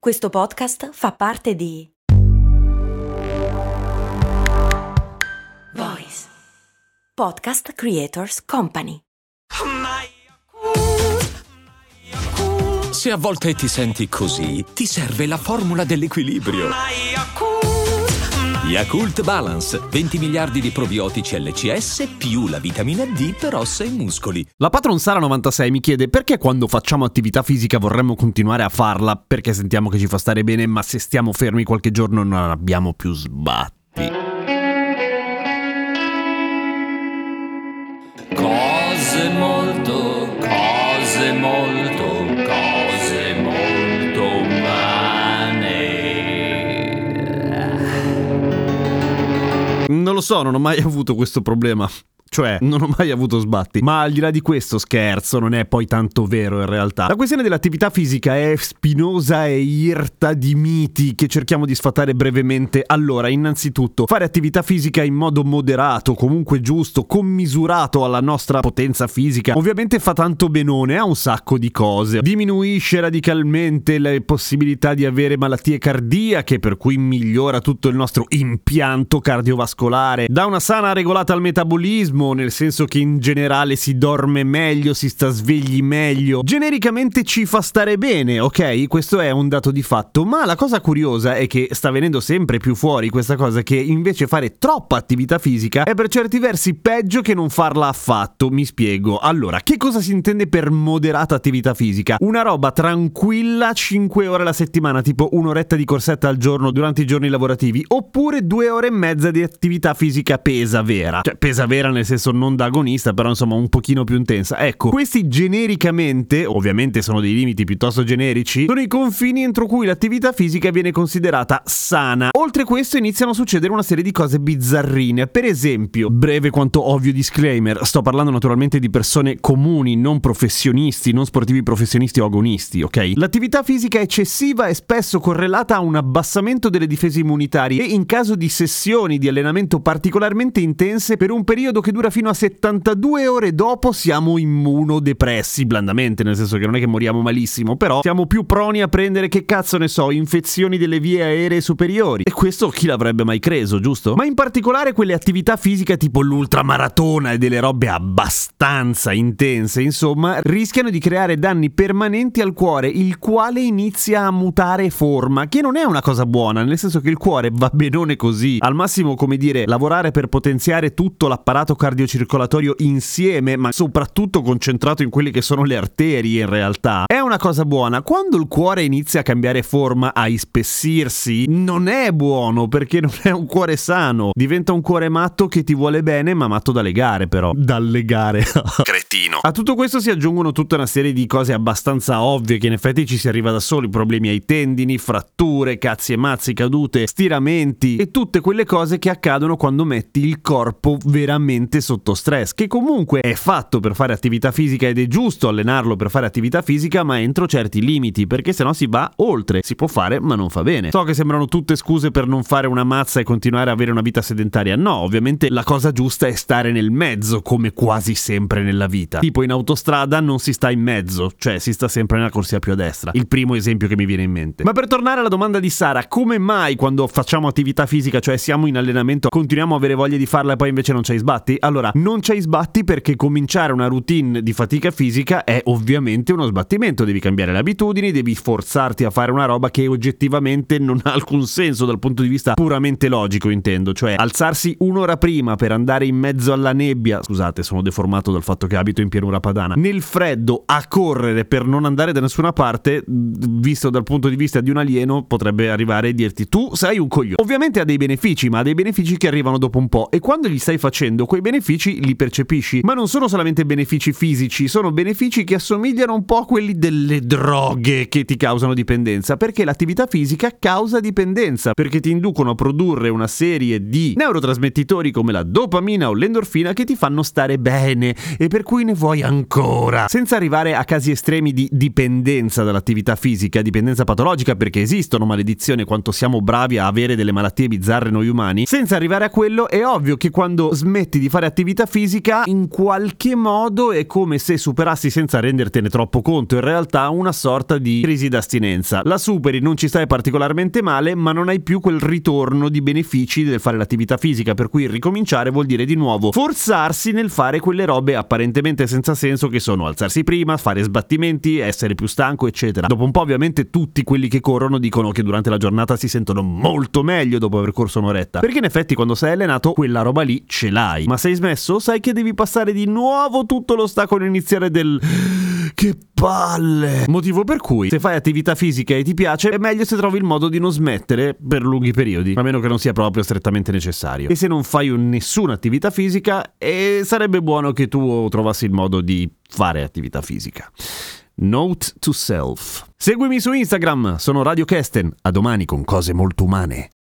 Questo podcast fa parte di Voice Podcast Creators Company. Se a volte ti senti così, ti serve la formula dell'equilibrio. Yakult Balance, 20 miliardi di probiotici LCS più la vitamina D per ossa e muscoli. La patron Sara 96 mi chiede perché quando facciamo attività fisica vorremmo continuare a farla perché sentiamo che ci fa stare bene, ma se stiamo fermi qualche giorno non abbiamo più sbatti. Cose molto umane. Non lo so, non ho mai avuto questo problema. Cioè, non ho mai avuto sbatti. Ma al di là di questo, scherzo, non è poi tanto vero in realtà. La questione dell'attività fisica è spinosa e irta di miti che cerchiamo di sfatare brevemente. Allora, innanzitutto, fare attività fisica in modo moderato, comunque giusto, commisurato alla nostra potenza fisica, ovviamente fa tanto benone a un sacco di cose. Diminuisce radicalmente le possibilità di avere malattie cardiache, per cui migliora tutto il nostro impianto cardiovascolare. Dà una sana regolata al metabolismo, nel senso che in generale si dorme meglio, si sta svegli meglio, genericamente ci fa stare bene, ok? Questo è un dato di fatto, ma la cosa curiosa è che sta venendo sempre più fuori questa cosa che invece fare troppa attività fisica è per certi versi peggio che non farla affatto. Mi spiego. Allora, che cosa si intende per moderata attività fisica? Una roba tranquilla 5 ore alla settimana, tipo un'oretta di corsetta al giorno durante i giorni lavorativi, oppure 2 ore e mezza di attività fisica pesa vera. Cioè, pesa vera nel senso non da agonista, però insomma un pochino più intensa. Ecco, questi genericamente, ovviamente sono dei limiti piuttosto generici, sono i confini entro cui l'attività fisica viene considerata sana. Oltre questo iniziano a succedere una serie di cose bizzarrine. Per esempio, breve quanto ovvio disclaimer, sto parlando naturalmente di persone comuni, non professionisti, non sportivi professionisti o agonisti, ok? L'attività fisica eccessiva è spesso correlata a un abbassamento delle difese immunitarie e in caso di sessioni di allenamento particolarmente intense per un periodo che dura fino a 72 ore dopo siamo immunodepressi, blandamente, nel senso che non è che moriamo malissimo, però siamo più proni a prendere, che cazzo ne so, infezioni delle vie aeree superiori. E questo chi l'avrebbe mai creso, giusto? Ma in particolare quelle attività fisiche tipo l'ultramaratona e delle robe abbastanza intense, insomma, rischiano di creare danni permanenti al cuore, il quale inizia a mutare forma, che non è una cosa buona, nel senso che il cuore va benone così, al massimo, come dire, lavorare per potenziare tutto l'apparato cardiocircolatorio insieme, ma soprattutto concentrato in quelle che sono le arterie in realtà. È una cosa buona. Quando il cuore inizia a cambiare forma, a ispessirsi, non è buono, perché non è un cuore sano. Diventa un cuore matto che ti vuole bene, ma matto da legare però. Da legare. Cretino. A tutto questo si aggiungono tutta una serie di cose abbastanza ovvie che in effetti ci si arriva da soli, problemi ai tendini, fratture, cazzi e mazzi, cadute, stiramenti e tutte quelle cose che accadono quando metti il corpo veramente sotto stress, che comunque è fatto per fare attività fisica ed è giusto allenarlo per fare attività fisica, ma entro certi limiti, perché sennò si va oltre. Si può fare ma non fa bene. So che sembrano tutte scuse per non fare una mazza e continuare a avere una vita sedentaria. No, ovviamente la cosa giusta è stare nel mezzo, come quasi sempre nella vita. Tipo in autostrada non si sta in mezzo, cioè si sta sempre nella corsia più a destra. Il primo esempio che mi viene in mente. Ma per tornare alla domanda di Sara, come mai quando facciamo attività fisica, cioè siamo in allenamento, continuiamo a avere voglia di farla e poi invece non c'hai sbatti? Allora, non c'hai sbatti perché cominciare una routine di fatica fisica è ovviamente uno sbattimento. Devi cambiare le abitudini, devi forzarti a fare una roba che oggettivamente non ha alcun senso dal punto di vista puramente logico, intendo. Cioè, alzarsi un'ora prima per andare in mezzo alla nebbia, scusate, sono deformato dal fatto che abito in pianura padana, nel freddo, a correre per non andare da nessuna parte, visto dal punto di vista di un alieno, potrebbe arrivare e dirti tu sei un coglione. Ovviamente ha dei benefici, ma ha dei benefici che arrivano dopo un po', e quando li stai facendo quei benefici li percepisci, ma non sono solamente benefici fisici, sono benefici che assomigliano un po' a quelli delle droghe che ti causano dipendenza, perché l'attività fisica causa dipendenza, perché ti inducono a produrre una serie di neurotrasmettitori come la dopamina o l'endorfina che ti fanno stare bene e per cui ne vuoi ancora, senza arrivare a casi estremi di dipendenza dall'attività fisica, dipendenza patologica, perché esistono, maledizione, quanto siamo bravi a avere delle malattie bizzarre noi umani. Senza arrivare a quello, è ovvio che quando smetti di fare fare attività fisica in qualche modo è come se superassi senza rendertene troppo conto in realtà una sorta di crisi d'astinenza. La superi, non ci stai particolarmente male, ma non hai più quel ritorno di benefici del fare l'attività fisica, per cui ricominciare vuol dire di nuovo forzarsi nel fare quelle robe apparentemente senza senso che sono alzarsi prima, fare sbattimenti, essere più stanco, eccetera. Dopo un po' ovviamente tutti quelli che corrono dicono che durante la giornata si sentono molto meglio dopo aver corso un'oretta, perché in effetti quando sei allenato quella roba lì ce l'hai, ma sei smesso, sai che devi passare di nuovo tutto l'ostacolo iniziale del che palle, motivo per cui se fai attività fisica e ti piace è meglio se trovi il modo di non smettere per lunghi periodi, a meno che non sia proprio strettamente necessario. E se non fai nessuna attività fisica sarebbe buono che tu trovassi il modo di fare attività fisica. Note to self. Seguimi su Instagram, sono Radio Kesten. A domani con cose molto umane.